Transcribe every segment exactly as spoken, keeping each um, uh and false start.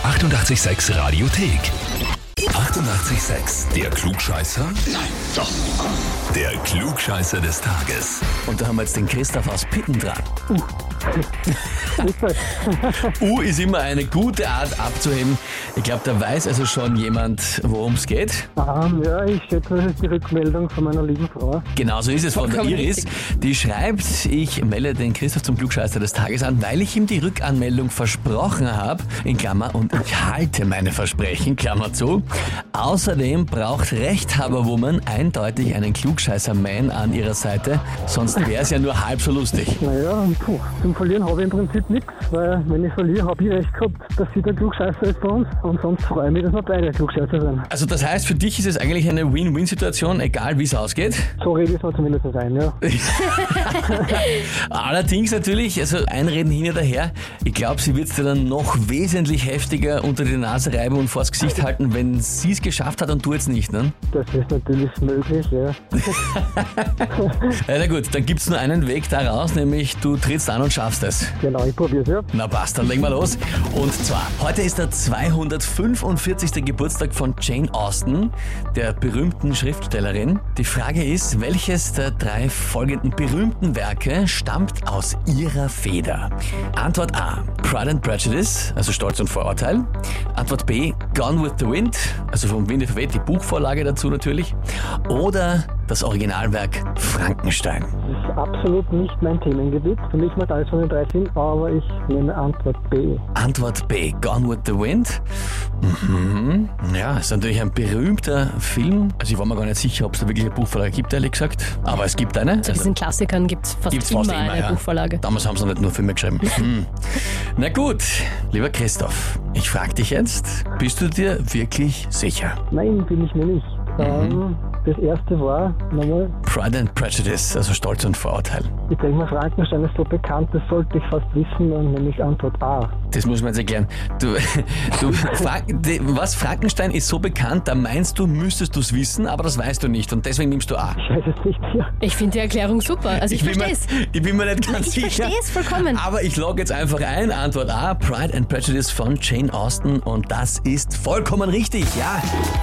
achtundachtzig Komma sechs Radiothek. achtundachtzig Komma sechs. Der Klugscheißer? Nein, doch. Der Klugscheißer des Tages. Und da haben wir jetzt den Christoph aus Pitten dran. Uh. U ist immer eine gute Art abzuheben. Ich glaube, da weiß also schon jemand, worum es geht. Um, ja, ich schätze, das ist die Rückmeldung von meiner lieben Frau. Genau so ist es, von der Iris. Die schreibt, ich melde den Christoph zum Klugscheißer des Tages an, weil ich ihm die Rückanmeldung versprochen habe, in Klammer, und ich halte meine Versprechen, Klammer zu. Außerdem braucht Rechthaberwoman eindeutig einen Klugscheißer-Man an ihrer Seite, sonst wäre es ja nur halb so lustig. Naja, puh, zum Verlieren habe ich im Prinzip nichts, weil wenn ich verliere, habe ich recht gehabt, dass sie der Klugscheißer ist bei uns, und sonst freue ich mich, dass wir beide Klugscheißer sind. Also das heißt, für dich ist es eigentlich eine Win-Win-Situation, egal wie es ausgeht? So rede ich es mir zumindest ein, ja. Allerdings natürlich, also einreden hin oder her, ich glaube, sie wird es dir dann noch wesentlich heftiger unter die Nase reiben und vors Gesicht halten, wenn sie es geschafft hat und du jetzt nicht, ne? Das ist natürlich möglich, ja. Ja, na gut, dann gibt es nur einen Weg da raus, nämlich du trittst an und schaffst es. Genau, ich probiere es, ja. Na passt, dann legen wir los. Und zwar, heute ist der zweihundertfünfundvierzigste Geburtstag von Jane Austen, der berühmten Schriftstellerin. Die Frage ist, welches der drei folgenden berühmten Werke stammt aus ihrer Feder? Antwort A, Pride and Prejudice, also Stolz und Vorurteil. Antwort B, Gone with the Wind, also vom Winde verweht, die Buchvorlage dazu natürlich. Oder das Originalwerk Frankenstein. Das ist absolut nicht mein Themengebiet. Für mich macht alles von den drei Sinn, aber ich nehme Antwort B. Antwort B, Gone with the Wind. Mhm. Ja, ist natürlich ein berühmter Film. Also ich war mir gar nicht sicher, ob es da wirklich eine Buchvorlage gibt, ehrlich gesagt. Aber es gibt eine. Zu diesen Klassikern gibt es fast, gibt's immer, fast immer eine ja. Buchvorlage. Damals haben sie nicht nur Filme geschrieben. Hm. Na gut, lieber Christoph, ich frage dich jetzt, bist du dir wirklich sicher? Nein, bin ich mir nicht. Mhm. Ähm, das erste war, nochmal, Pride and Prejudice, also Stolz und Vorurteil. ich denke mal, Frankenstein ist so bekannt, das sollte ich fast wissen, und nämlich Antwort A. Das muss man jetzt erklären. Du, du, Fra- de- was Frankenstein ist so bekannt, da meinst du, müsstest du es wissen, aber das weißt du nicht und deswegen nimmst du A. Ich weiß es nicht, ja. Ich finde die Erklärung super, also ich, bin verstehe es. mir, ich bin mir nicht ganz Ich sicher. verstehe es vollkommen. Aber ich logge jetzt einfach ein. Antwort A, Pride and Prejudice von Jane Austen, und das ist vollkommen richtig, ja.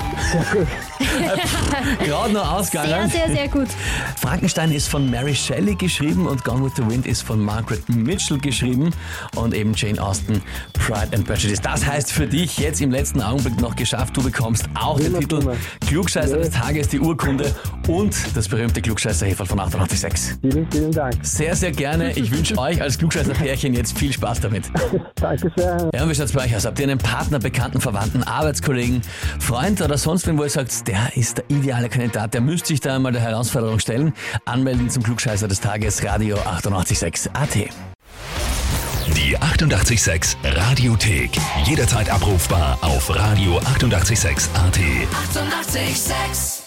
Gerade noch ausgegangen. Sehr, sehr, sehr gut. Frankenstein ist von Mary Shelley geschrieben und Gone with the Wind ist von Margaret Mitchell geschrieben und eben Jane Austen, Pride and Prejudice. Das heißt für dich jetzt im letzten Augenblick noch geschafft. Du bekommst auch den Titel Klugscheißer des Tages, die Urkunde und das berühmte Klugscheißer-Häferl von achtundachtzig Komma sechs. Vielen, vielen Dank. Sehr, sehr gerne. Ich wünsche euch als Klugscheißer-Pärchen jetzt viel Spaß damit. Danke sehr. Ja, und wie schaut's bei euch aus? Habt ihr einen Partner, Bekannten, Verwandten, Arbeitskollegen, Freund oder sonst wen, wo ihr sagt, der ist der ideale Kandidat, der müsste sich da einmal der Herausforderung stellen? Anmelden zum Klugscheißer des Tages, Radio achtundachtzig Komma sechs A T. Die achtundachtzig Komma sechs Radiothek. Jederzeit abrufbar auf Radio achtundachtzig Komma sechs A T. achtundachtzig Komma sechs